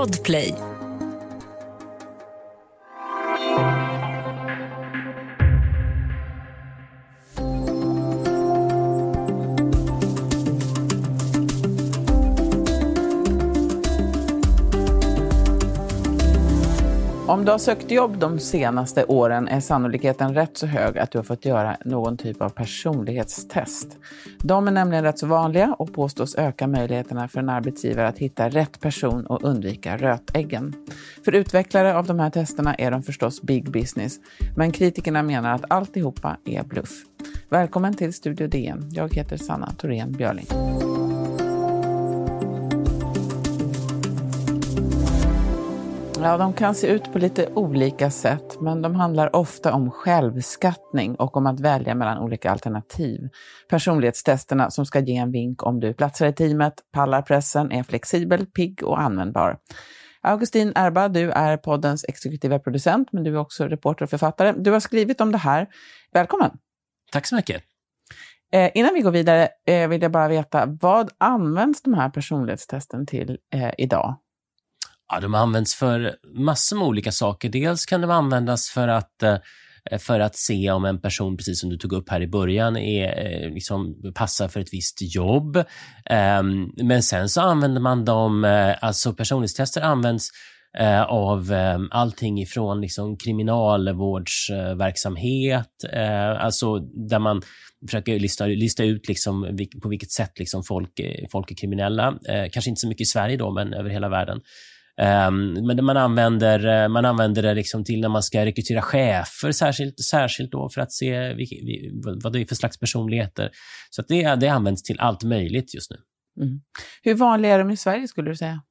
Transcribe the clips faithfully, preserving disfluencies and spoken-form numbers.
Podplay. Om du har sökt jobb de senaste åren är sannolikheten rätt så hög att du har fått göra någon typ av personlighetstest. De är nämligen rätt så vanliga och påstås öka möjligheterna för en arbetsgivare att hitta rätt person och undvika rötäggen. För utvecklare av de här testerna är de förstås big business, men kritikerna menar att alltihopa är bluff. Välkommen till Studio D N. Jag heter Sanna Thorén Björling. Ja, de kan se ut på lite olika sätt, men de handlar ofta om självskattning och om att välja mellan olika alternativ. Personlighetstesterna som ska ge en vink om du platsar i teamet, pallar pressen, är flexibel, pigg och användbar. Augustin Erba, du är poddens exekutiva producent, men du är också reporter och författare. Du har skrivit om det här. Välkommen! Tack så mycket! Eh, innan vi går vidare eh, vill jag bara veta, vad används de här personlighetstesten till eh, idag? Ja, de används för massor med olika saker. Dels kan de användas för att, för att se om en person, precis som du tog upp här i början, är, liksom, passar för ett visst jobb. Men sen så använder man dem, alltså personlighetstester används av allting ifrån liksom kriminalvårdsverksamhet, alltså där man försöker lista, lista ut liksom på vilket sätt liksom folk, folk är kriminella. Kanske inte så mycket i Sverige då, men över hela världen. Um, men man använder, man använder det liksom till när man ska rekrytera chefer, särskilt, särskilt då för att se vilka, vad det är för slags personligheter. Så att det, det används till allt möjligt just nu. Mm. Hur vanliga är de i Sverige, skulle du säga?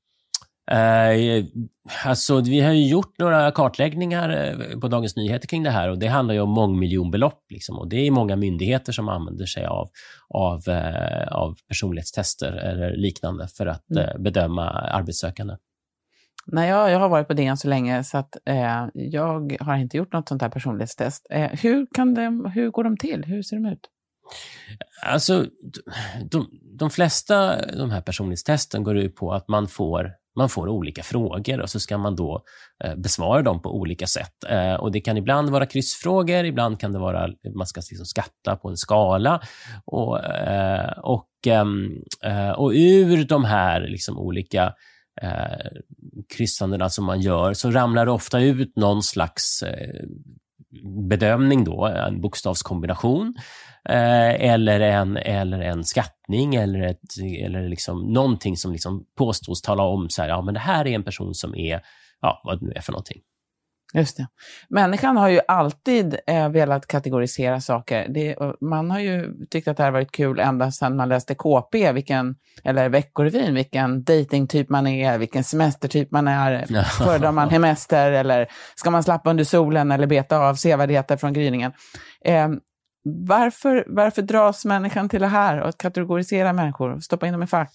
Uh, alltså vi har ju gjort några kartläggningar på Dagens Nyheter kring det här, och det handlar ju om mångmiljonbelopp liksom, och det är många myndigheter som använder sig av, av, uh, av personlighetstester eller liknande för att mm. uh, bedöma arbetssökande. Nej, jag, jag har varit på D N så länge så att eh, jag har inte gjort något sånt här personlighetstest. Eh, hur, kan de, hur går de till? Hur ser de ut? Alltså, de, de flesta de här personlighetstesten går ut på att man får, man får olika frågor och så ska man då eh, besvara dem på olika sätt. Eh, och det kan ibland vara kryssfrågor, ibland kan det vara man ska liksom skatta på en skala. Och, eh, och, eh, och ur de här liksom olika Eh, kryssandena som man gör så ramlar det ofta ut någon slags eh, bedömning då, en bokstavskombination eh, eller, en, eller en skattning eller, ett, eller liksom någonting som liksom påstås tala om så här, ja men det här är en person som är, ja vad det nu är för någonting. Just det. Människan har ju alltid eh, velat kategorisera saker. Det, man har ju tyckt att det här varit kul ända sedan man läste K P, vilken, eller Veckorevyn, vilken datingtyp man är, vilken semestertyp man är, föredrar man hemester eller ska man slappa under solen eller beta av sevärdheter från gryningen. Eh, varför, varför dras människan till det här och att kategorisera människor och stoppa in dem i fack?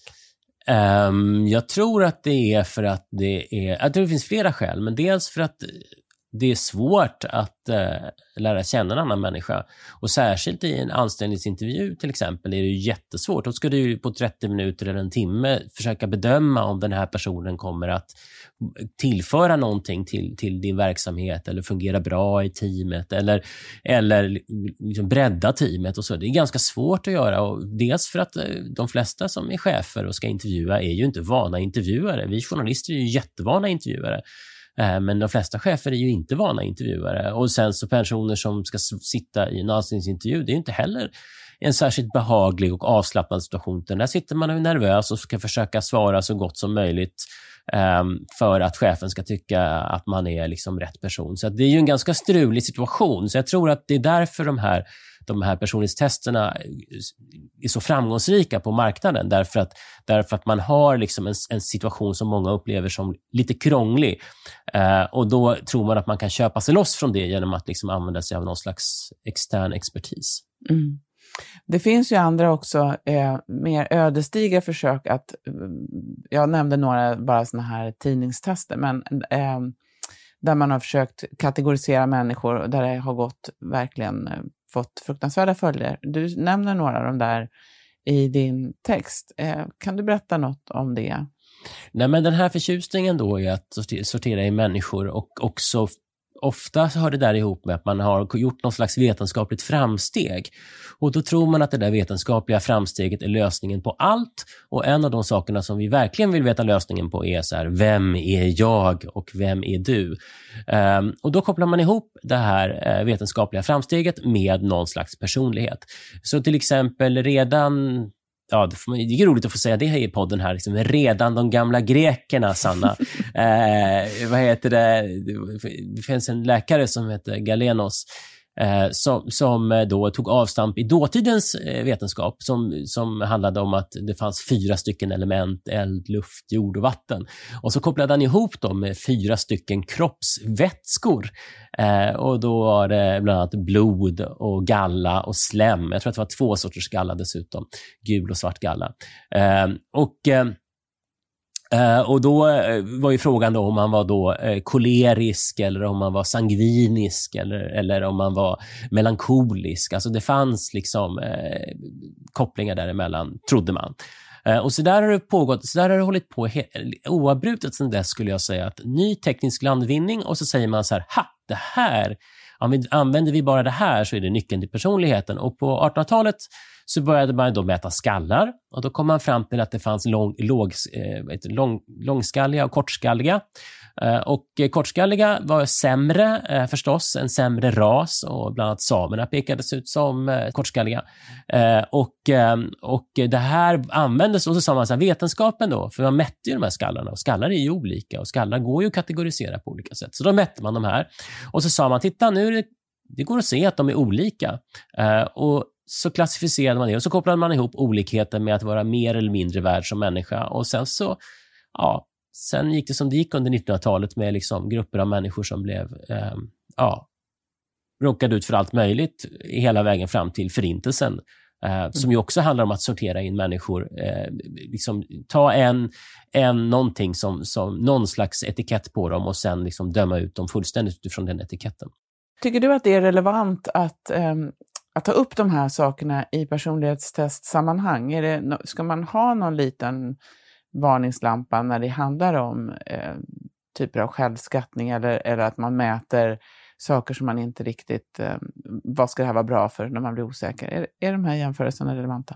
Um, jag tror att det är för att det är, jag tror det finns flera skäl, men dels för att det är svårt att uh, lära känna en annan människa, och särskilt i en anställningsintervju till exempel är det ju jättesvårt. Då ska du ju på trettio minuter eller en timme försöka bedöma om den här personen kommer att tillföra någonting till, till din verksamhet eller fungera bra i teamet eller, eller liksom bredda teamet och så. Det är ganska svårt att göra, och dels för att de flesta som är chefer och ska intervjua är ju inte vana intervjuare. Vi journalister är ju jättevana intervjuare. Men de flesta chefer är ju inte vana intervjuare. Och sen så personer som ska sitta i en anställningsintervju, det är ju inte heller en särskilt behaglig och avslappnad situation. Där sitter man och är nervös och ska försöka svara så gott som möjligt um, för att chefen ska tycka att man är liksom rätt person. Så att det är ju en ganska strulig situation. Så jag tror att det är därför de här de här personlighetstesterna är så framgångsrika på marknaden, därför att, därför att man har liksom en, en situation som många upplever som lite krånglig, eh, och då tror man att man kan köpa sig loss från det genom att liksom använda sig av någon slags extern expertis. Mm. Det finns ju andra också eh, mer ödesdigra försök att, jag nämnde några bara såna här tidningstester, men eh, där man har försökt kategorisera människor och där det har gått verkligen eh, fått fruktansvärda följder. Du nämner några av dem där i din text. Eh, kan du berätta något om det? Nej, men den här förtjusningen då är att sortera i människor, och också ofta hör det där ihop med att man har gjort någon slags vetenskapligt framsteg. Och då tror man att det där vetenskapliga framsteget är lösningen på allt. Och en av de sakerna som vi verkligen vill veta lösningen på är så här: vem är jag och vem är du? Um, och då kopplar man ihop det här uh, vetenskapliga framsteget med någon slags personlighet. Så till exempel redan... Ja, det är roligt att få säga det här i podden här. Liksom, redan de gamla grekerna, Sanna. eh, vad heter det? Det finns en läkare som heter Galenos eh, som, som då tog avstamp i dåtidens eh, vetenskap som, som handlade om att det fanns fyra stycken element: eld, luft, jord och vatten. Och så kopplade han ihop dem med fyra stycken kroppsvätskor. Eh, och då var det bland annat blod och galla och slem. Jag tror att det var två sorters galla dessutom. Gul och svart galla. Eh, och... Eh, Uh, och då uh, var ju frågan då om man var då uh, kolerisk eller om man var sangvinisk eller, eller om man var melankolisk. Alltså det fanns liksom uh, kopplingar däremellan, trodde man. Uh, och så där har det pågått, så där har det hållit på he- oavbrutet sedan dess, skulle jag säga, att ny teknisk landvinning, och så säger man så här: ha, det här, använder vi bara det här så är det nyckeln till personligheten. Och på artonhundratalet så började man då mäta skallar, och då kom man fram till att det fanns lång, låg, eh, lång, långskalliga och kortskalliga. Eh, och kortskalliga var sämre eh, förstås, en sämre ras, och bland annat samerna pekades ut som eh, kortskalliga. Eh, och, eh, och det här användes, och så sa man så här, vetenskapen då, för man mätte ju de här skallarna, och skallar är ju olika, och skallar går ju att kategorisera på olika sätt. Så då mätte man de här, och så sa man, titta nu är det, det går att se att de är olika. Eh, och så klassificerade man det, och så kopplade man ihop olikheten med att vara mer eller mindre värd som människa. Och sen så, ja, sen gick det som det gick under nittonhundratalet med liksom grupper av människor som blev, eh, ja, råkade ut för allt möjligt hela vägen fram till förintelsen. Eh, mm. Som ju också handlar om att sortera in människor, eh, liksom ta en, en någonting som, som någon slags etikett på dem, och sen liksom döma ut dem fullständigt utifrån den etiketten. Tycker du att det är relevant att um... att ta upp de här sakerna i personlighetstestsammanhang? Är det, ska man ha någon liten varningslampa när det handlar om eh, typer av självskattning, eller, eller att man mäter saker som man inte riktigt, eh, vad ska det här vara bra för när man blir osäker? Är, är de här jämförelserna relevanta?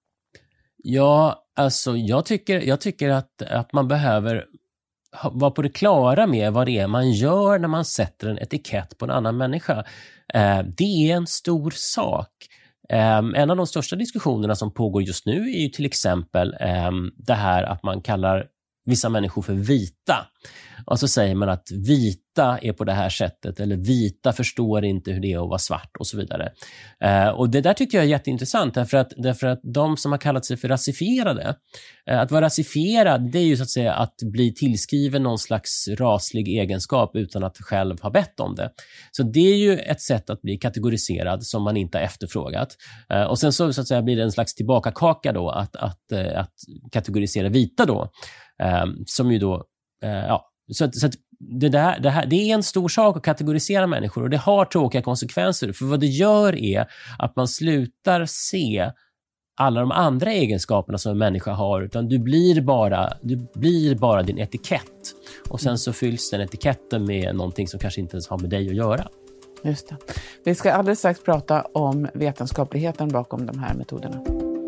Ja, alltså jag tycker, jag tycker att, att man behöver vara på det klara med vad det är man gör när man sätter en etikett på en annan människa. Eh, det är en stor sak. Eh, en av de största diskussionerna som pågår just nu är ju till exempel eh, det här att man kallar vissa människor för vita. Och så säger man att vita är på det här sättet, eller vita förstår inte hur det är att vara svart, och så vidare. Eh, och det där tycker jag är jätteintressant, därför att, därför att de som har kallat sig för rasifierade, eh, att vara rasifierad, det är ju så att säga att bli tillskriven någon slags raslig egenskap utan att själv ha bett om det. Så det är ju ett sätt att bli kategoriserad som man inte har efterfrågat. Eh, och sen så, så att säga blir det en slags tillbakakaka då, att, att, att, att kategorisera vita då, eh, som ju då, eh, ja, Så, att, så att det, där, det, här, det är en stor sak att kategorisera människor, och det har tråkiga konsekvenser. För vad det gör är att man slutar se alla de andra egenskaperna som en människa har, utan du blir bara, du blir bara din etikett. Och sen så fylls den etiketten med någonting som kanske inte ens har med dig att göra. Just det. Vi ska alldeles strax prata om vetenskapligheten bakom de här metoderna.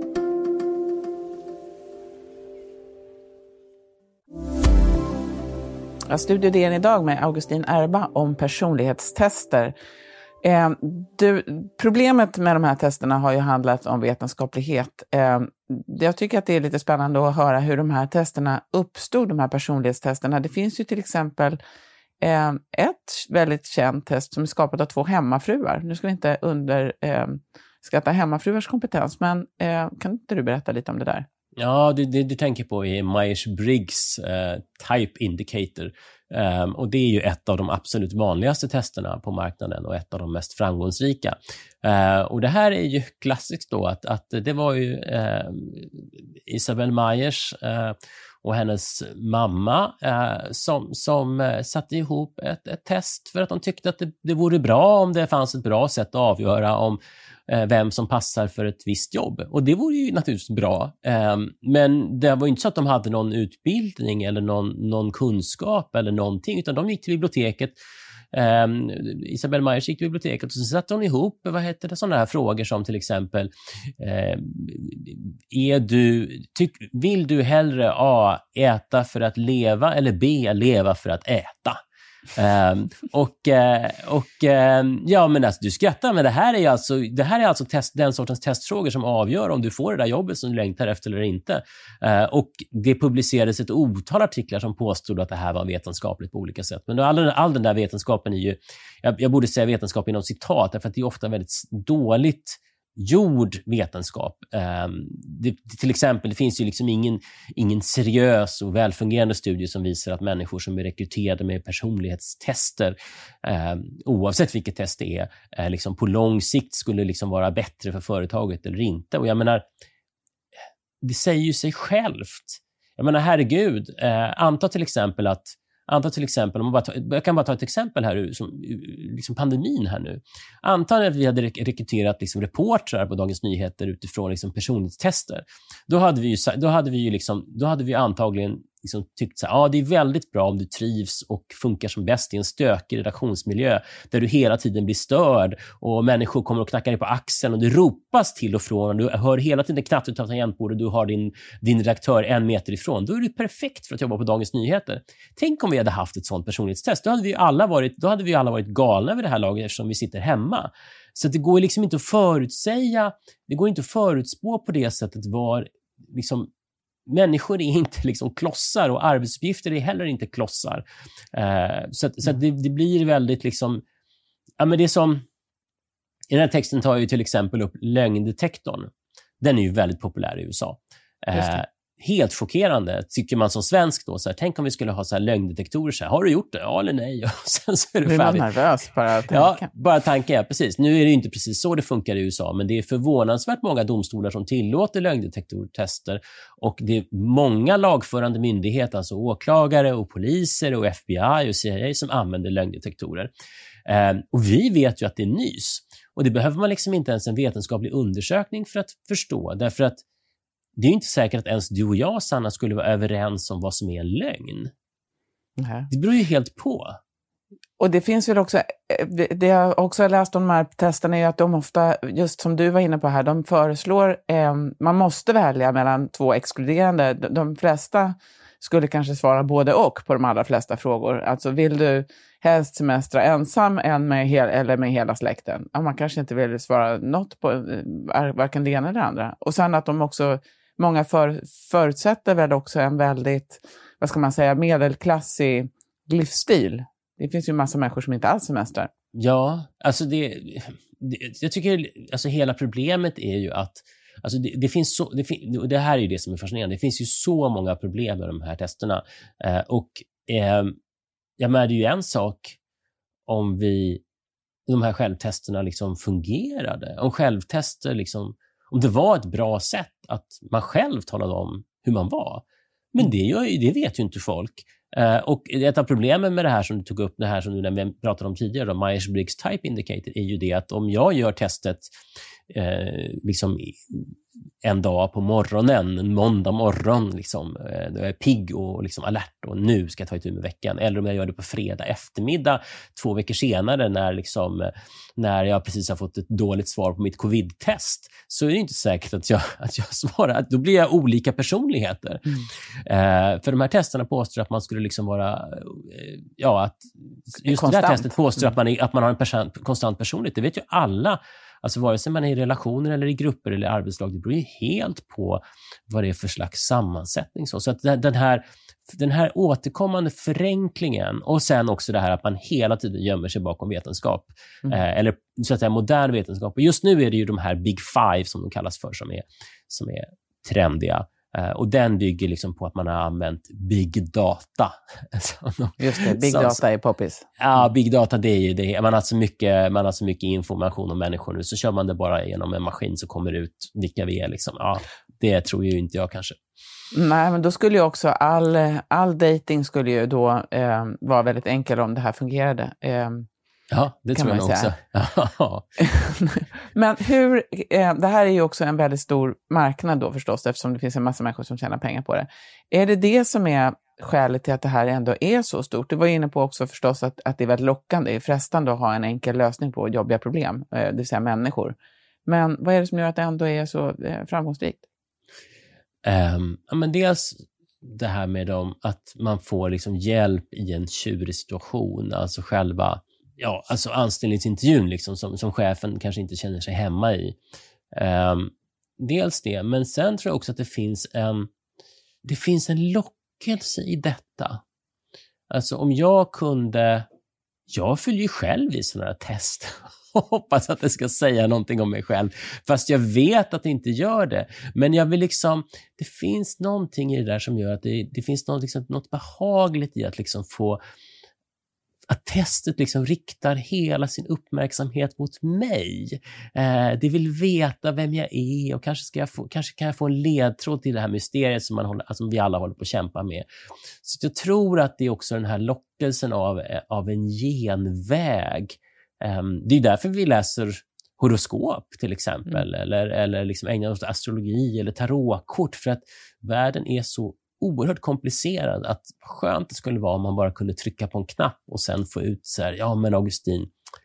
Jag Studio D N idag med Augustin Erba om personlighetstester. Eh, du, problemet med de här testerna har ju handlat om vetenskaplighet. Eh, jag tycker att det är lite spännande att höra hur de här testerna uppstod, de här personlighetstesterna. Det finns ju till exempel eh, ett väldigt känt test som är skapat av två hemmafruar. Nu ska vi inte underskatta eh, hemmafruars kompetens, men eh, kan inte du berätta lite om det där? Ja, det, det du tänker på är Myers-Briggs uh, Type Indicator. Um, och det är ju ett av de absolut vanligaste testerna på marknaden och ett av de mest framgångsrika. Uh, och det här är ju klassiskt då att, att det var ju uh, Isabel Myers uh, och hennes mamma uh, som, som uh, satte ihop ett, ett test för att de tyckte att det, det vore bra om det fanns ett bra sätt att avgöra om eh, vem som passar för ett visst jobb. Och det vore ju naturligtvis bra. Eh, men det var ju inte så att de hade någon utbildning eller någon, någon kunskap eller någonting, utan de gick till biblioteket. Um, Isabelle Meyers gick till biblioteket och så satte hon ihop, vad heter det, sådana här frågor som till exempel uh, är du, tyck, vill du hellre A, äta för att leva eller B, leva för att äta? Um, och uh, och uh, ja, men alltså, du skrattar, men det här är alltså, det här är alltså test, den sortens testfrågor som avgör om du får det där jobbet som du längtar efter eller inte. Uh, och det publicerades ett otal artiklar som påstod att det här var vetenskapligt på olika sätt. Men all, all den där vetenskapen är ju, jag, jag borde säga vetenskap inom citat, därför att det är ofta väldigt dåligt gjord vetenskap. Um, det, till exempel, det finns ju liksom ingen, ingen seriös och välfungerande studie som visar att människor som är rekryterade med personlighetstester, um, oavsett vilket test det är, uh, liksom på lång sikt skulle liksom vara bättre för företaget eller inte. Och jag menar, det säger ju sig självt. Jag menar, herregud, uh, anta till exempel att Anta till exempel, om man bara ta, jag kan bara ta ett exempel här, som, liksom pandemin här nu. Anta att vi hade rekryterat liksom reportrar på Dagens Nyheter utifrån liksom personlighetstester. Då hade vi ju, då hade vi ju liksom, då hade vi antagligen liksom tyckt så här, ja, det är väldigt bra om du trivs och funkar som bäst i en stökig redaktionsmiljö där du hela tiden blir störd och människor kommer och knackar dig på axeln och det ropas till och från och du hör hela tiden knappt ut av tangentbordet och du har din, din redaktör en meter ifrån. Då är du perfekt för att jobba på Dagens Nyheter. Tänk om vi hade haft ett sånt personlighetstest. Då hade vi alla varit, då hade vi alla varit galna vid det här laget eftersom vi sitter hemma. Så det går liksom inte att förutsäga, det går inte att förutspå på det sättet var liksom människor är inte liksom klossar och arbetsuppgifter är heller inte klossar. Uh, så att, så att det, det blir väldigt liksom, ja men det är som, i den här texten tar jag ju till exempel upp lögndetektorn. Den är ju väldigt populär i U S A. Uh, helt chockerande tycker man som svensk då, så här, tänk om vi skulle ha så här lögndetektorer så här, har du gjort det? Ja eller nej? Och sen så är det färdigt. Blir man nervös bara tanken. Ja, bara tanken, ja, precis. Nu är det ju inte precis så det funkar i U S A, men det är förvånansvärt många domstolar som tillåter lögndetektortester och det är många lagförande myndigheter, alltså åklagare och poliser och F B I och C I A som använder lögndetektorer. Eh, och vi vet ju att det är nys. Och det behöver man liksom inte ens en vetenskaplig undersökning för att förstå, därför att det är inte säkert att ens du och jag, Sanna, skulle vara överens om vad som är en lögn. Mm. Det beror ju helt på. Och det finns väl också, det jag också har läst om de här testerna är att de ofta, just som du var inne på här, de föreslår, eh, man måste välja mellan två exkluderande. De, de flesta skulle kanske svara både och på de allra flesta frågor. Alltså vill du helst semestra ensam än med hel, eller med hela släkten? Ja, man kanske inte vill svara något på varken det ena eller det andra. Och sen att de också, många för, förutsätter väl också en väldigt, vad ska man säga, medelklassig livsstil. Det finns ju en massa människor som inte alls semestrar. Ja, alltså det, det jag tycker, alltså hela problemet är ju att alltså det, det finns så, det, fin, det här är ju det som är fascinerande. Det finns ju så många problem med de här testerna. Eh, och eh, jag menar, det är ju en sak om vi, de här självtesterna liksom fungerade. Om självtester liksom, om det var ett bra sätt att man själv talade om hur man var. Men det, gör, det vet ju inte folk. Uh, och ett av problemen med det här som du tog upp, det här som du när vi pratade om tidigare, Myers-Briggs Type Indicator, är ju det att om jag gör testet uh, liksom en dag på morgonen, en måndag morgon, liksom, uh, då är jag pigg och liksom alert och nu ska jag ta itu med veckan, eller om jag gör det på fredag eftermiddag två veckor senare när, liksom, när jag precis har fått ett dåligt svar på mitt covid-test, så är det inte säkert att jag, att jag svarar, då blir jag olika personligheter. Mm. Uh, för de här testerna påstår att man skulle liksom vara, ja, att just konstant. Det här testet påstår att man, är, att man har en person, konstant personlighet. Det vet ju alla. Alltså vare sig man är i relationer eller i grupper eller arbetslag, det beror ju helt på vad det är för slags sammansättning. Så, så att den här, den här återkommande förenklingen och sen också det här att man hela tiden gömmer sig bakom vetenskap. Mm. Eh, eller så att säga modern vetenskap. Och just nu är det ju de här Big Five som de kallas för som är, som är trendiga. Uh, och den bygger liksom på att man har använt big data. Just det, big så, data är poppis. Ja, big data, det är ju det. Man har, så mycket, man har så mycket information om människor nu, så kör man det bara genom en maskin så kommer det ut vilka vi är. Liksom. Ja, det tror ju inte jag kanske. Nej, men då skulle ju också all, all dating skulle ju då eh, vara väldigt enkel om det här fungerade. Eh, Ja, det tror jag nog också. Men hur, eh, det här är ju också en väldigt stor marknad då förstås, eftersom det finns en massa människor som tjänar pengar på det. Är det det som är skälet till att det här ändå är så stort? Du var inne på också förstås att, att det är väldigt lockande, det är frestande att ha en enkel lösning på jobbiga problem, eh, det vill säga människor. Men vad är det som gör att det ändå är så eh, framgångsrikt? Um, ja, men dels det här med dem, att man får liksom hjälp i en tjurig situation, alltså själva ja, alltså anställningsintervjun liksom, som, som chefen kanske inte känner sig hemma i. Um, dels det, men sen tror jag också att det finns en det finns en lockelse i detta. Alltså om jag kunde, jag fyller ju själv i sådana här test och hoppas att det ska säga någonting om mig själv, fast jag vet att det inte gör det. Men jag vill liksom, det finns någonting i det där som gör att det, det finns något, liksom, något behagligt i att liksom få, att testet liksom riktar hela sin uppmärksamhet mot mig. Eh, det vill veta vem jag är och kanske, ska jag få, kanske kan jag få en ledtråd till det här mysteriet som, man håller, alltså vi alla håller på att kämpa med. Så jag tror att det är också den här lockelsen av, av en genväg. Eh, det är därför vi läser horoskop till exempel, mm. eller, eller liksom ägnar oss åt astrologi eller tarotkort, för att världen är så oerhört komplicerad att skönt det skulle vara om man bara kunde trycka på en knapp och sen få ut så här, ja men Augustin,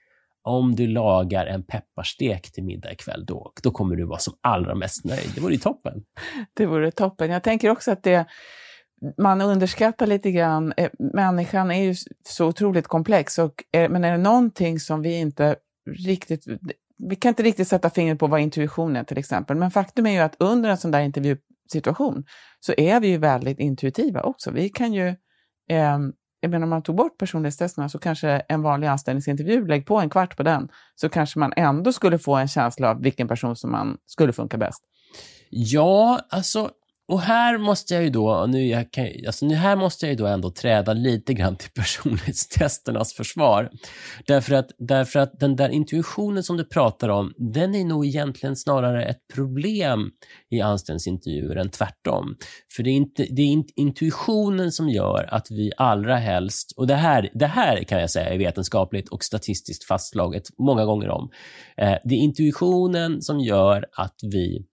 om du lagar en pepparstek till middag ikväll, då, då kommer du vara som allra mest nöjd. Det vore ju toppen. Det vore toppen. Jag tänker också att det, man underskattar lite grann, människan är ju så otroligt komplex, och, men är det någonting som vi inte riktigt, vi kan inte riktigt sätta fingret på vad intuition är till exempel, men faktum är ju att under en sån där intervju situation så är vi ju väldigt intuitiva också. Vi kan ju, eh, jag menar om man tog bort personlighetstesterna så kanske en vanlig anställningsintervju, lägg på en kvart på den, så kanske man ändå skulle få en känsla av vilken person som man skulle funka bäst. Ja, alltså, och här måste jag ju då, nu, jag kan, alltså, nu här måste jag ju då ändå träda lite grann till personlighetstesternas försvar. Därför att, därför att den där intuitionen som du pratar om, den är nog egentligen snarare ett problem i anställningsintervjuer än tvärtom. För det är, inte, det är inte intuitionen som gör att vi allra helst, och det här, det här kan jag säga är vetenskapligt och statistiskt fastslaget många gånger om, eh, det är intuitionen som gör att vi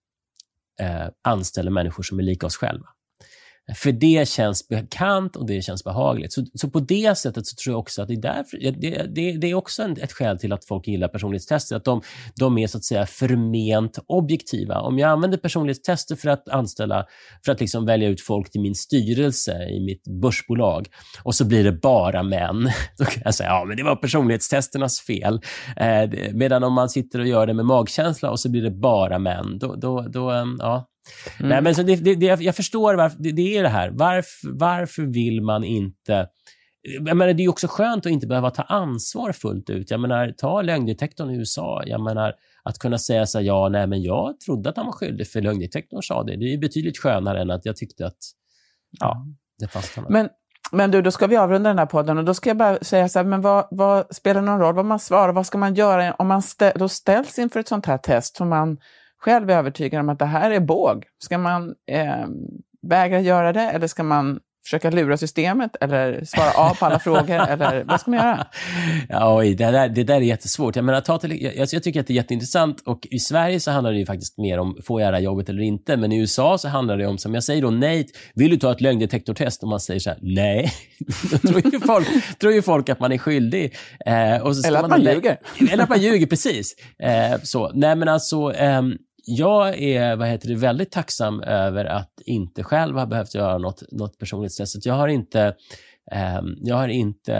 Eh, anställer människor som är lika oss själva. För det känns bekant och det känns behagligt. Så, så på det sättet så tror jag också att det är därför, det, det, det är också en, ett skäl till att folk gillar personlighetstester, att de, de är så att säga förment objektiva. Om jag använder personlighetstester för att anställa, för att liksom välja ut folk till min styrelse i mitt börsbolag, och så blir det bara män, då kan jag säga, ja men det var personlighetstesternas fel. Eh, det, medan om man sitter och gör det med magkänsla och så blir det bara män, då, då, då um, ja. Mm. Nej, men så det, det, det, jag förstår varför, det, det är det här. Varför, varför vill man inte... Jag menar, det är ju också skönt att inte behöva ta ansvar fullt ut. Jag menar, ta lögndetektorn i U S A. Jag menar, att kunna säga så här, ja, nej, men jag trodde att han var skyldig, för lögndetektorn sa det. Det är ju betydligt skönare än att jag tyckte att ja, det fanns han. Men, men du, då ska vi avrunda den här podden, och då ska jag bara säga så här, men vad, vad spelar någon roll vad man svarar? Vad ska man göra om man stä, då ställs inför ett sånt här test som man själv är övertygad om att det här är båg? Ska man eh, vägra göra det, eller ska man försöka lura systemet eller svara av på alla frågor, eller vad ska man göra? Ja, oj, det, där, det där är jättesvårt. Jag, menar, ta till, jag, jag tycker att det är jätteintressant, och i Sverige så handlar det ju faktiskt mer om får jag det här jobbet eller inte, men i U S A så handlar det om, som jag säger då, nej, vill du ta ett lögndetektortest? Och man säger så här, nej, då tror ju folk, tror ju folk att man är skyldig. Eh, och så eller att man, man ljuger. Eller att man ljuger, precis. Eh, så, nej men alltså... Ehm, Jag är vad heter det, väldigt tacksam över att inte själv ha behövt göra något, något personlighetstest. Jag har inte, eh, jag har inte,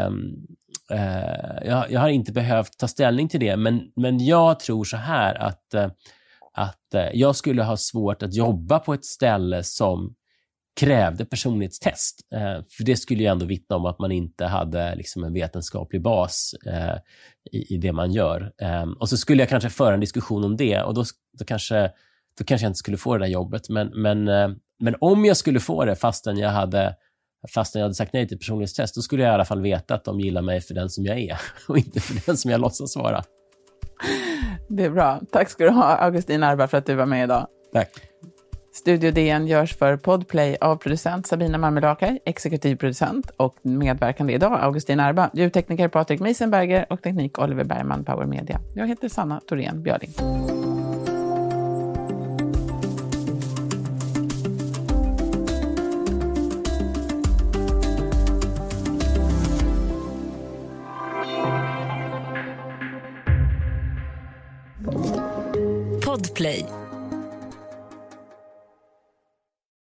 eh, jag, jag har inte behövt ta ställning till det. Men, men jag tror så här att, eh, att eh, jag skulle ha svårt att jobba på ett ställe som krävde personlighetstest. Eh, för det skulle ju ändå vittna om att man inte hade liksom en vetenskaplig bas eh, i, i det man gör. Eh, och så skulle jag kanske föra en diskussion om det, och då, då, kanske, då kanske jag inte skulle få det där jobbet. Men, men, eh, men om jag skulle få det fastän jag hade fastän jag hade sagt nej till personlighetstest, då skulle jag i alla fall veta att de gillar mig för den som jag är och inte för den som jag låtsas vara. Det är bra. Tack ska du ha, Augustin Arba, för att du var med idag. Tack. Studio D N görs för Podplay av producent Sabina Marmelakai, exekutiv producent och medverkande idag Augustin Arba, ljudtekniker Patrik Miesenberger och teknik Oliver Bergman, Power Media. Jag heter Sanna Thorén Björling. Podplay.